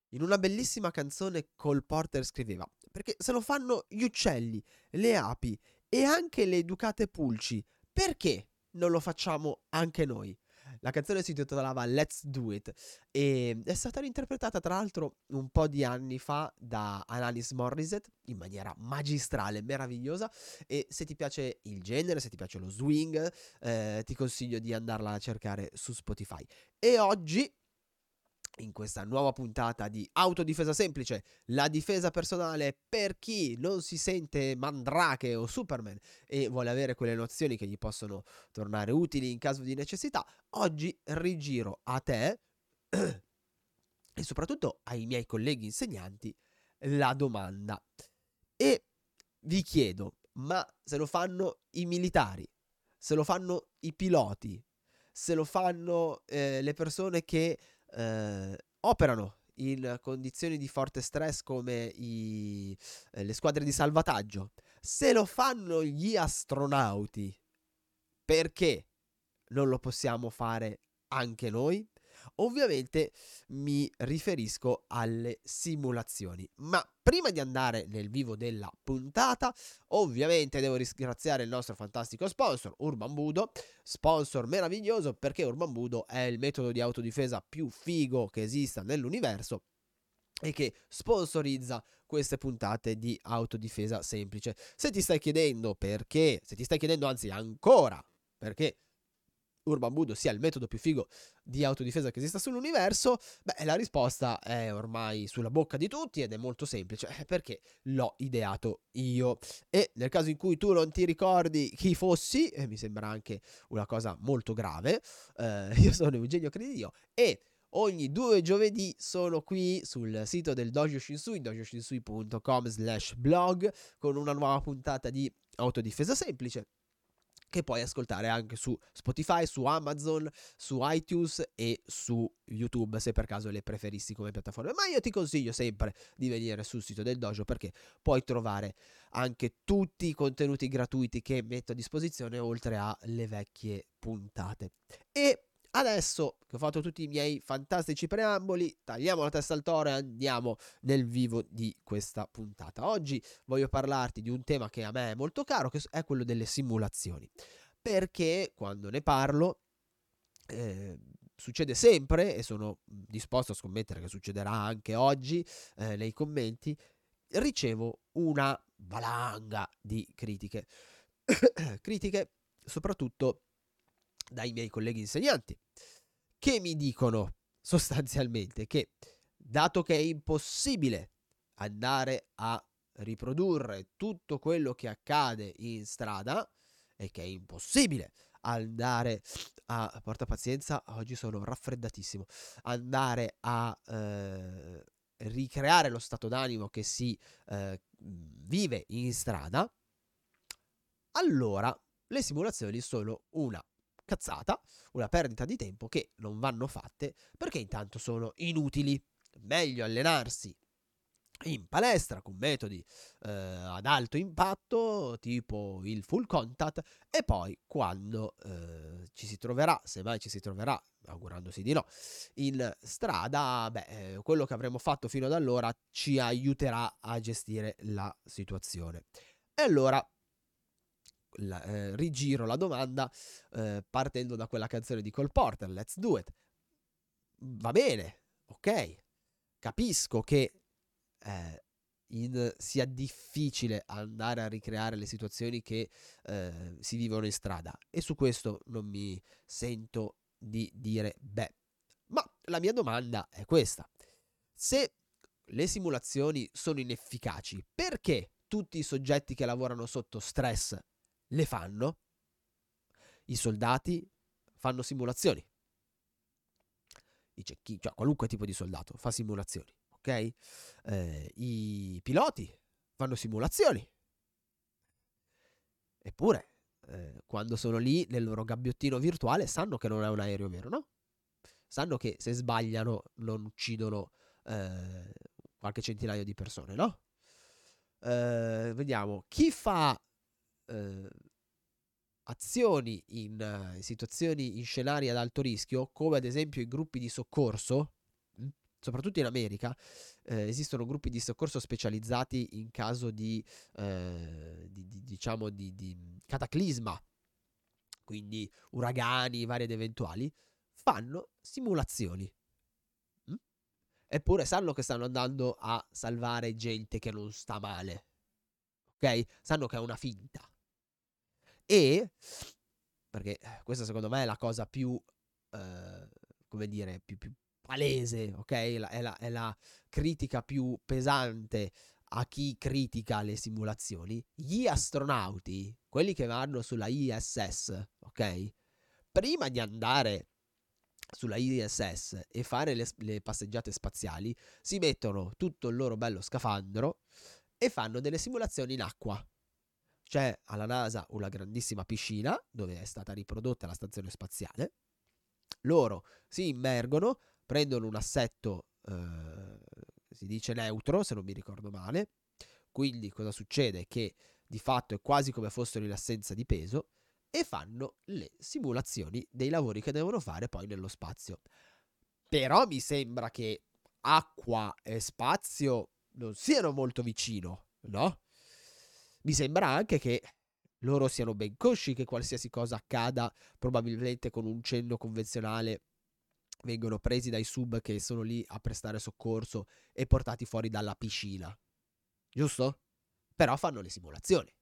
In una bellissima canzone Cole Porter scriveva: perché se lo fanno gli uccelli, le api e anche le educate pulci, perché non lo facciamo anche noi? La canzone si intitolava Let's Do It e è stata reinterpretata tra l'altro un po' di anni fa da Alanis Morissette in maniera magistrale, meravigliosa. E se ti piace il genere, se ti piace lo swing, ti consiglio di andarla a cercare su Spotify. E oggi, in questa nuova puntata di Autodifesa Semplice, la difesa personale per chi non si sente Mandrake o Superman e vuole avere quelle nozioni che gli possono tornare utili in caso di necessità, oggi rigiro a te e soprattutto ai miei colleghi insegnanti la domanda. E vi chiedo, ma se lo fanno i militari, se lo fanno i piloti, se lo fanno le persone che operano in condizioni di forte stress come le squadre di salvataggio, se lo fanno gli astronauti, perché non lo possiamo fare anche noi? Ovviamente mi riferisco alle simulazioni. Ma prima di andare nel vivo della puntata, ovviamente devo ringraziare il nostro fantastico sponsor, Urban Budo, sponsor meraviglioso perché Urban Budo è il metodo di autodifesa più figo che esista nell'universo e che sponsorizza queste puntate di autodifesa semplice. Se ti stai chiedendo perché, se ti stai chiedendo anzi ancora perché Urban Budo sia il metodo più figo di autodifesa che esista sull'universo, beh, la risposta è ormai sulla bocca di tutti ed è molto semplice, perché l'ho ideato io. E nel caso in cui tu non ti ricordi chi fossi, e mi sembra anche una cosa molto grave, io sono Eugenio Credidio e ogni 2 giovedì sono qui sul sito del Dojo Shinsui, dojoshinsui.com/blog, con una nuova puntata di autodifesa semplice, che puoi ascoltare anche su Spotify, su Amazon, su iTunes e su YouTube, se per caso le preferissi come piattaforme. Ma io ti consiglio sempre di venire sul sito del Dojo, perché puoi trovare anche tutti i contenuti gratuiti che metto a disposizione, oltre alle vecchie puntate. E adesso che ho fatto tutti i miei fantastici preamboli, tagliamo la testa al toro e andiamo nel vivo di questa puntata. Oggi voglio parlarti di un tema che a me è molto caro, che è quello delle simulazioni. Perché quando ne parlo succede sempre, e sono disposto a scommettere che succederà anche oggi nei commenti, ricevo una valanga di critiche. Critiche soprattutto dai miei colleghi insegnanti, che mi dicono sostanzialmente che, dato che è impossibile andare a riprodurre tutto quello che accade in strada e che è impossibile andare a, porta pazienza, oggi sono raffreddatissimo, andare a ricreare lo stato d'animo che si vive in strada, allora le simulazioni sono una cazzata, una perdita di tempo che non vanno fatte perché intanto sono inutili. Meglio allenarsi in palestra con metodi ad alto impatto, tipo il full contact, e poi quando ci si troverà, se mai ci si troverà, augurandosi di no, in strada, quello che avremo fatto fino ad allora ci aiuterà a gestire la situazione. E allora rigiro la domanda partendo da quella canzone di Cole Porter, Let's Do It. Va bene, ok, capisco che sia difficile andare a ricreare le situazioni che si vivono in strada, e su questo non mi sento di dire beh. Ma la mia domanda è questa: se le simulazioni sono inefficaci, perché tutti i soggetti che lavorano sotto stress le fanno? I soldati fanno simulazioni, i cecchini, cioè qualunque tipo di soldato fa simulazioni, ok? I piloti fanno simulazioni, eppure quando sono lì nel loro gabbiottino virtuale sanno che non è un aereo vero, no? Sanno che se sbagliano non uccidono qualche centinaio di persone, no? Vediamo, chi fa eh, azioni in situazioni, in scenari ad alto rischio, come ad esempio i gruppi di soccorso, soprattutto in America, esistono gruppi di soccorso specializzati in caso diciamo, di cataclisma, quindi uragani vari ed eventuali, fanno simulazioni. Eppure sanno che stanno andando a salvare gente che non sta male, ok? Sanno che è una finta. E, perché questa secondo me è la cosa più, come dire, più palese, ok? È la critica più pesante a chi critica le simulazioni. Gli astronauti, quelli che vanno sulla ISS, ok? Prima di andare sulla ISS e fare le passeggiate spaziali, si mettono tutto il loro bello scafandro e fanno delle simulazioni in acqua. C'è alla NASA una grandissima piscina dove è stata riprodotta la stazione spaziale. Loro si immergono, prendono un assetto, si dice neutro se non mi ricordo male. Quindi cosa succede? Che di fatto è quasi come fossero in assenza di peso, e fanno le simulazioni dei lavori che devono fare poi nello spazio. Però mi sembra che acqua e spazio non siano molto vicino, no? Mi sembra anche che loro siano ben consci che qualsiasi cosa accada, probabilmente con un cenno convenzionale vengono presi dai sub che sono lì a prestare soccorso e portati fuori dalla piscina. Giusto? Però fanno le simulazioni.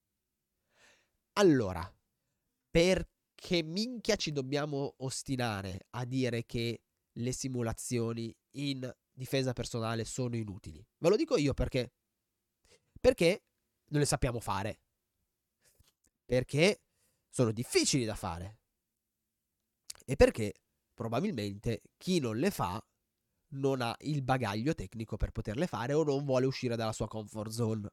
Allora, perché minchia ci dobbiamo ostinare a dire che le simulazioni in difesa personale sono inutili? Ve lo dico io perché. Perché non le sappiamo fare. Perché sono difficili da fare. E perché probabilmente chi non le fa non ha il bagaglio tecnico per poterle fare o non vuole uscire dalla sua comfort zone.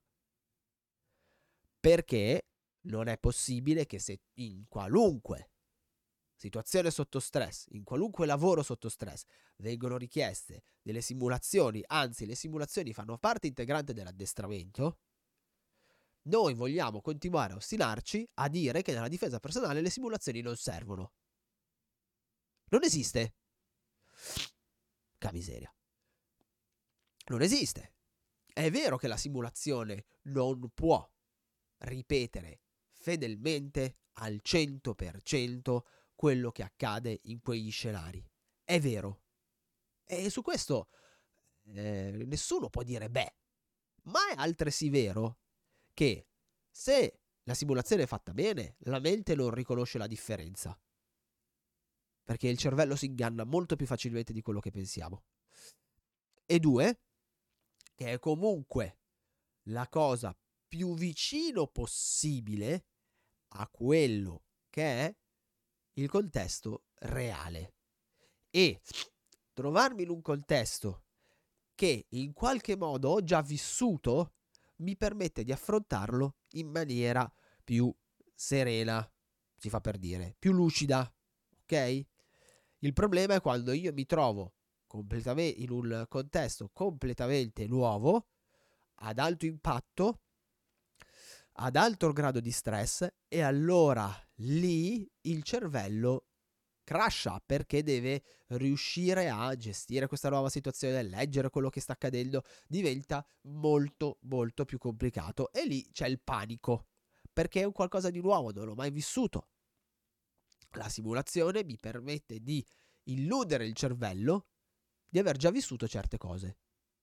Perché non è possibile che se in qualunque situazione sotto stress, in qualunque lavoro sotto stress, vengono richieste delle simulazioni, anzi le simulazioni fanno parte integrante dell'addestramento, noi vogliamo continuare a ostinarci a dire che nella difesa personale le simulazioni non servono. Non esiste. Che miseria. Non esiste. È vero che la simulazione non può ripetere fedelmente al 100% quello che accade in quegli scenari. È vero. E su questo nessuno può dire beh. Ma è altresì vero che se la simulazione è fatta bene, la mente non riconosce la differenza. Perché il cervello si inganna molto più facilmente di quello che pensiamo. E due, che è comunque la cosa più vicino possibile a quello che è il contesto reale. E trovarmi in un contesto che in qualche modo ho già vissuto mi permette di affrontarlo in maniera più serena, si fa per dire, più lucida, ok? Il problema è quando io mi trovo completamente in un contesto completamente nuovo, ad alto impatto, ad alto grado di stress, e allora lì il cervello crasha perché deve riuscire a gestire questa nuova situazione, leggere quello che sta accadendo, diventa molto molto più complicato e lì c'è il panico perché è un qualcosa di nuovo, non l'ho mai vissuto. La simulazione mi permette di illudere il cervello di aver già vissuto certe cose.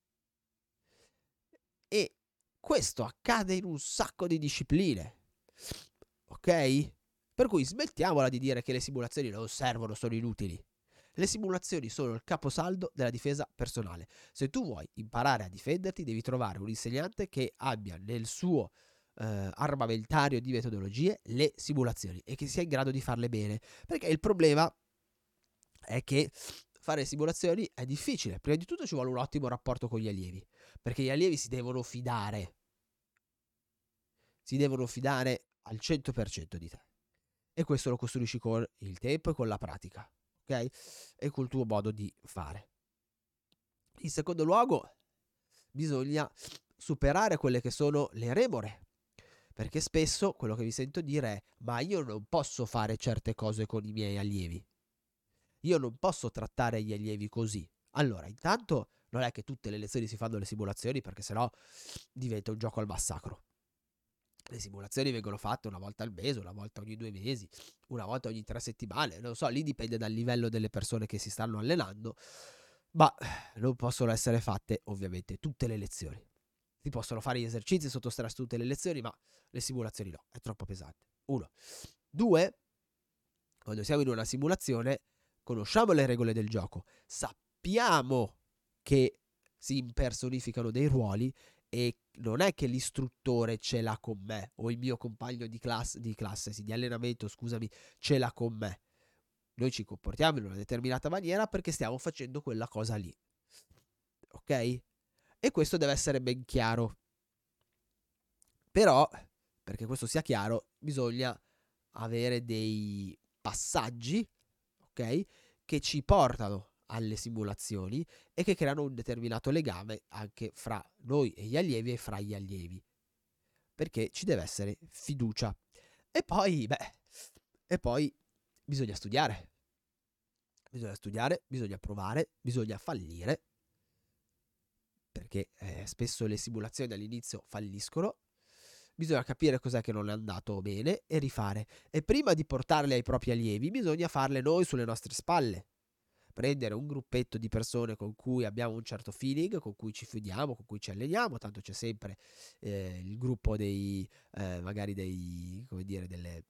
E questo accade in un sacco di discipline. Ok? Per cui smettiamola di dire che le simulazioni non servono, sono inutili. Le simulazioni sono il caposaldo della difesa personale. Se tu vuoi imparare a difenderti, devi trovare un insegnante che abbia nel suo armamentario di metodologie le simulazioni e che sia in grado di farle bene. Perché il problema è che fare simulazioni è difficile. Prima di tutto ci vuole un ottimo rapporto con gli allievi, perché gli allievi si devono fidare. Si devono fidare al 100% di te. E questo lo costruisci con il tempo e con la pratica, ok? E col tuo modo di fare. In secondo luogo, bisogna superare quelle che sono le remore. Perché spesso quello che vi sento dire è: ma io non posso fare certe cose con i miei allievi. Io non posso trattare gli allievi così. Allora, intanto non è che tutte le lezioni si fanno le simulazioni, perché sennò diventa un gioco al massacro. Le simulazioni vengono fatte una volta al mese, una volta ogni 2 mesi, una volta ogni 3 settimane, non so, lì dipende dal livello delle persone che si stanno allenando, ma non possono essere fatte ovviamente tutte le lezioni. Si possono fare gli esercizi sotto stress tutte le lezioni, ma le simulazioni no, è troppo pesante. Uno. Due, quando siamo in una simulazione, conosciamo le regole del gioco, sappiamo che si impersonificano dei ruoli e non è che l'istruttore ce l'ha con me o il mio compagno di classe, di allenamento, scusami, ce l'ha con me. Noi ci comportiamo in una determinata maniera perché stiamo facendo quella cosa lì. Ok? E questo deve essere ben chiaro. Però, perché questo sia chiaro, bisogna avere dei passaggi, ok? Che ci portano alle simulazioni e che creano un determinato legame anche fra noi e gli allievi e fra gli allievi. Perché ci deve essere fiducia. E poi bisogna studiare. Bisogna studiare, bisogna provare, bisogna fallire, perché spesso le simulazioni all'inizio falliscono. Bisogna capire cos'è che non è andato bene e rifare. E prima di portarle ai propri allievi, bisogna farle noi sulle nostre spalle. Prendere un gruppetto di persone con cui abbiamo un certo feeling, con cui ci fidiamo, con cui ci alleniamo, tanto c'è sempre il gruppo magari come dire,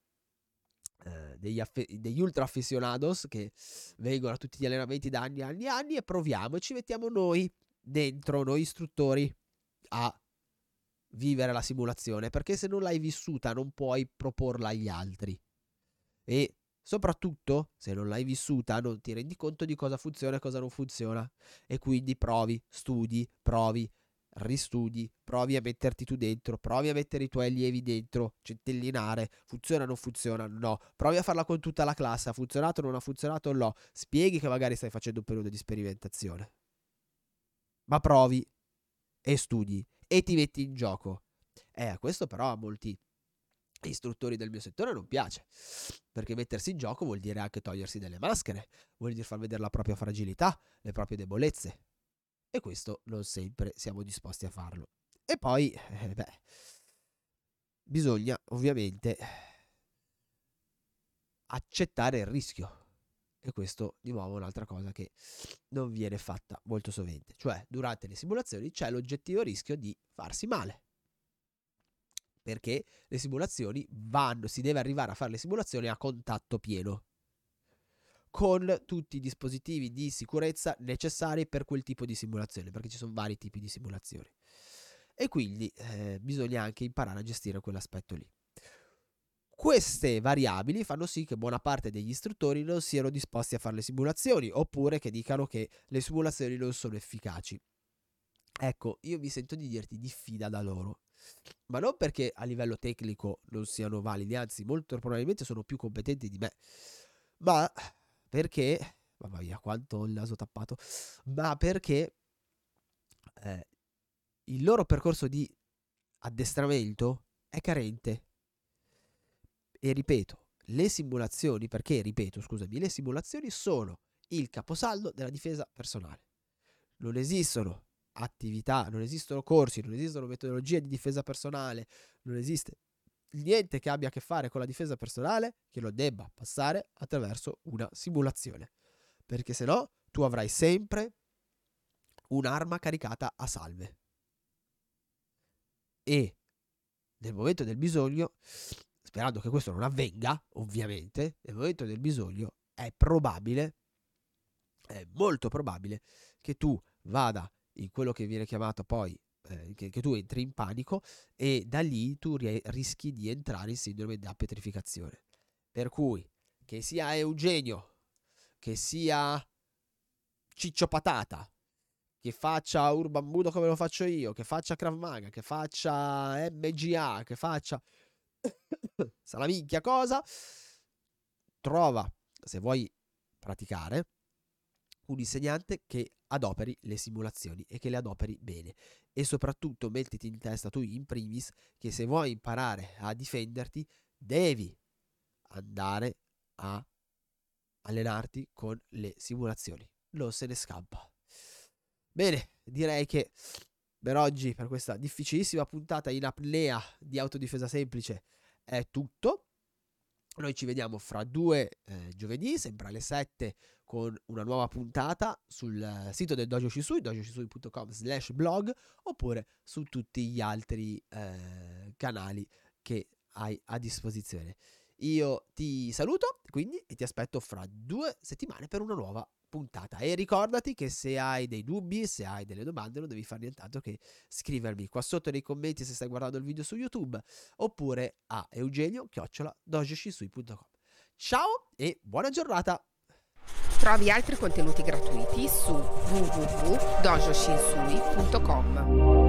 degli ultra aficionados che vengono a tutti gli allenamenti da anni e anni e anni e proviamo e ci mettiamo noi dentro, noi istruttori, a vivere la simulazione, perché se non l'hai vissuta non puoi proporla agli altri e soprattutto se non l'hai vissuta non ti rendi conto di cosa funziona e cosa non funziona, e quindi provi, studi, provi, ristudi, provi a metterti tu dentro, provi a mettere i tuoi allievi dentro, centellinare, funziona o non funziona, no, provi a farla con tutta la classe, ha funzionato o non ha funzionato, no, spieghi che magari stai facendo un periodo di sperimentazione, ma provi e studi e ti metti in gioco. A questo però a molti istruttori del mio settore non piace, perché mettersi in gioco vuol dire anche togliersi delle maschere, vuol dire far vedere la propria fragilità, le proprie debolezze, e questo non sempre siamo disposti a farlo. E poi bisogna ovviamente accettare il rischio, e questo di nuovo è un'altra cosa che non viene fatta molto sovente, cioè durante le simulazioni c'è l'oggettivo rischio di farsi male, perché le simulazioni si deve arrivare a fare le simulazioni a contatto pieno, con tutti i dispositivi di sicurezza necessari per quel tipo di simulazione, perché ci sono vari tipi di simulazioni. E quindi bisogna anche imparare a gestire quell'aspetto lì. Queste variabili fanno sì che buona parte degli istruttori non siano disposti a fare le simulazioni, oppure che dicano che le simulazioni non sono efficaci. Ecco, io mi sento di dirti diffida da loro, ma non perché a livello tecnico non siano validi, anzi molto probabilmente sono più competenti di me, ma perché, mamma mia quanto ho il naso tappato, ma perché eh, il loro percorso di addestramento è carente. E ripeto, le simulazioni sono il caposaldo della difesa personale. Non esistono attività, non esistono corsi, non esistono metodologie di difesa personale, non esiste niente che abbia a che fare con la difesa personale che lo debba passare attraverso una simulazione, perché se no tu avrai sempre un'arma caricata a salve e nel momento del bisogno, sperando che questo non avvenga ovviamente, nel momento del bisogno è molto probabile che tu vada in quello che viene chiamato poi che tu entri in panico, e da lì tu rischi di entrare in sindrome da petrificazione. Per cui, che sia Eugenio, che sia Ciccio Patata, che faccia Urban Budo come lo faccio io, che faccia Krav Maga, che faccia MGA, che faccia sa la minchia cosa, trova, se vuoi praticare, un insegnante che adoperi le simulazioni e che le adoperi bene, e soprattutto mettiti in testa tu in primis che se vuoi imparare a difenderti devi andare a allenarti con le simulazioni, non se ne scappa. Bene, direi che per oggi, per questa difficilissima puntata in apnea di autodifesa semplice, è tutto. Noi ci vediamo fra 2 giovedì, sempre alle 7, con una nuova puntata sul sito del Dojo Shisui, dojoshisui.com/blog, oppure su tutti gli altri canali che hai a disposizione. Io ti saluto quindi e ti aspetto fra 2 settimane per una nuova puntata. E ricordati che se hai dei dubbi, se hai delle domande, non devi fare nient'altro che scrivermi qua sotto nei commenti se stai guardando il video su YouTube, oppure a eugenio@dojoshisui.com. Ciao e buona giornata! Trovi altri contenuti gratuiti su www.dojoshinsui.com.